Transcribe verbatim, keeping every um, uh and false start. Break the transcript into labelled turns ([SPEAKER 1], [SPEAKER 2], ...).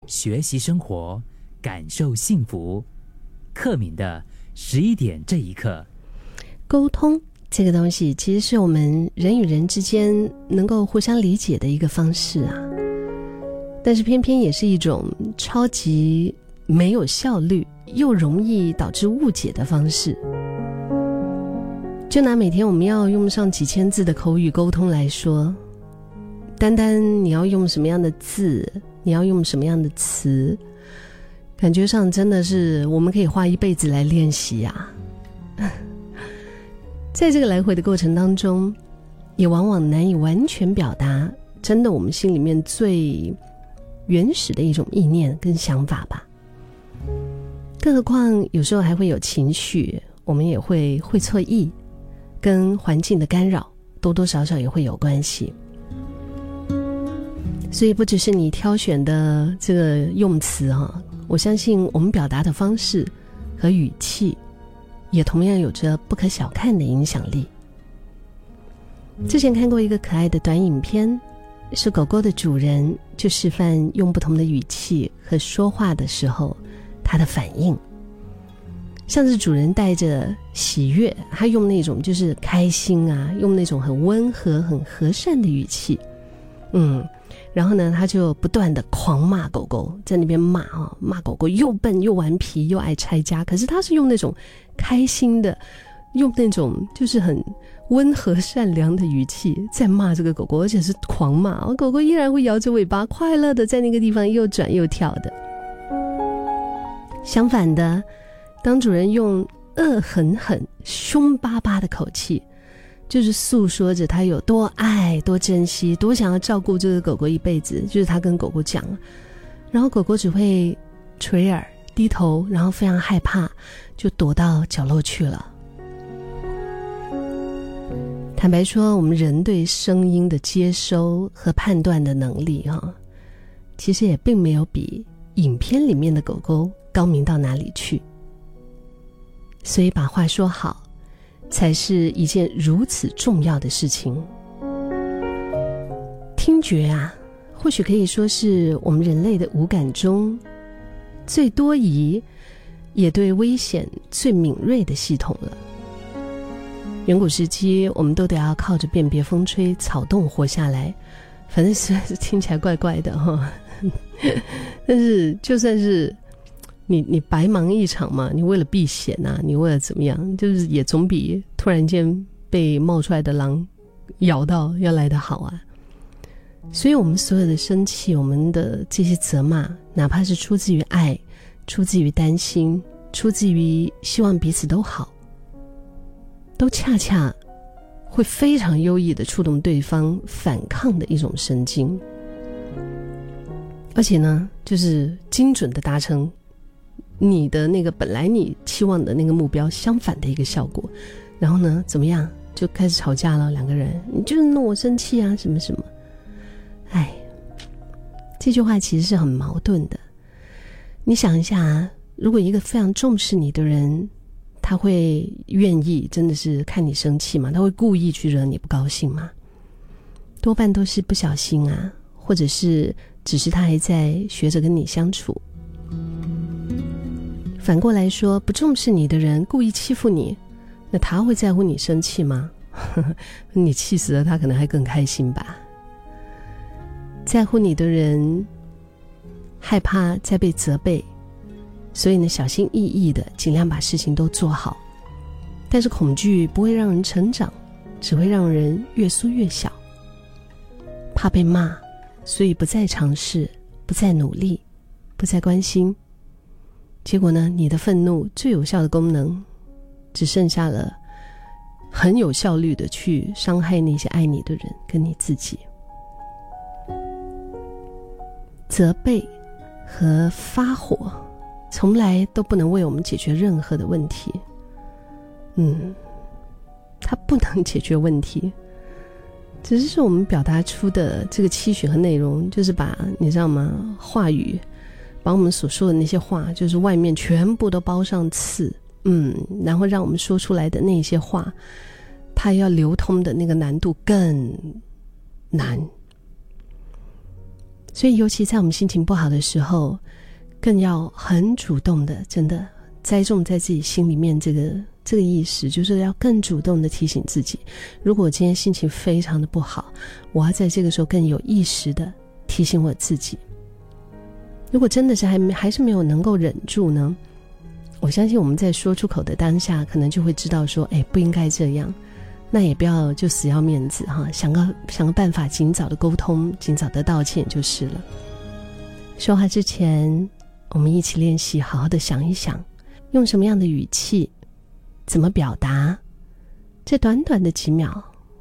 [SPEAKER 1] 学习生活，感受幸福。克敏的十一点这一刻，
[SPEAKER 2] 沟通这个东西其实是我们人与人之间能够互相理解的一个方式啊，但是偏偏也是一种超级没有效率又容易导致误解的方式。就拿每天我们要用上几千字的口语沟通来说，单单你要用什么样的字，你要用什么样的词，感觉上真的是我们可以花一辈子来练习啊。在这个来回的过程当中，也往往难以完全表达真的我们心里面最原始的一种意念跟想法吧。更何况有时候还会有情绪，我们也会会错意，跟环境的干扰多多少少也会有关系。所以不只是你挑选的这个用词哈，我相信我们表达的方式和语气也同样有着不可小看的影响力。之前看过一个可爱的短影片，是狗狗的主人就示范用不同的语气和说话的时候它的反应。像是主人带着喜悦，他用那种就是开心啊，用那种很温和很和善的语气，嗯，然后呢他就不断的狂骂狗狗，在那边骂啊，骂狗狗又笨又顽皮又爱拆家，可是他是用那种开心的，用那种就是很温和善良的语气在骂这个狗狗，而且是狂骂，狗狗依然会摇着尾巴快乐的在那个地方又转又跳的。相反的，当主人用恶狠狠凶巴巴的口气，就是诉说着他有多爱多珍惜多想要照顾这个狗狗一辈子，就是他跟狗狗讲了，然后狗狗只会垂耳低头，然后非常害怕，就躲到角落去了。坦白说，我们人对声音的接收和判断的能力啊，其实也并没有比影片里面的狗狗高明到哪里去。所以把话说好才是一件如此重要的事情。听觉啊，或许可以说是我们人类的五感中最多疑也对危险最敏锐的系统了。远古时期我们都得要靠着辨别风吹草动活下来，反正实在是听起来怪怪的哈。但是就算是你你白忙一场嘛，你为了避险啊，你为了怎么样，就是也总比突然间被冒出来的狼咬到要来得好啊。所以我们所有的生气，我们的这些责骂，哪怕是出自于爱，出自于担心，出自于希望彼此都好，都恰恰会非常优异的触动对方反抗的一种神经，而且呢就是精准的达成你的那个本来你期望的那个目标相反的一个效果。然后呢怎么样，就开始吵架了，两个人你就是弄我生气啊什么什么。哎，这句话其实是很矛盾的。你想一下啊，如果一个非常重视你的人，他会愿意真的是看你生气吗？他会故意去惹你不高兴吗？多半都是不小心啊，或者是只是他还在学着跟你相处。反过来说，不重视你的人故意欺负你，那他会在乎你生气吗？你气死了，他可能还更开心吧。在乎你的人害怕再被责备，所以呢小心翼翼的尽量把事情都做好，但是恐惧不会让人成长，只会让人越缩越小。怕被骂，所以不再尝试，不再努力，不再关心，结果呢你的愤怒最有效的功能只剩下了很有效率的去伤害那些爱你的人跟你自己。责备和发火从来都不能为我们解决任何的问题。嗯，它不能解决问题，只是我们表达出的这个期许和内容，就是把你知道吗，话语把我们所说的那些话，就是外面全部都包上刺，嗯，然后让我们说出来的那些话，它要流通的那个难度更难。 所以尤其在我们心情不好的时候，更要很主动的，真的栽种在自己心里面这个这个意识，就是要更主动的提醒自己，如果我今天心情非常的不好，我要在这个时候更有意识的提醒我自己。如果真的是还没还是没有能够忍住呢，我相信我们在说出口的当下，可能就会知道说，哎，不应该这样，那也不要就死要面子哈，想个想个办法，尽早的沟通，尽早的道歉就是了。说话之前，我们一起练习，好好的想一想，用什么样的语气，怎么表达，这短短的几秒，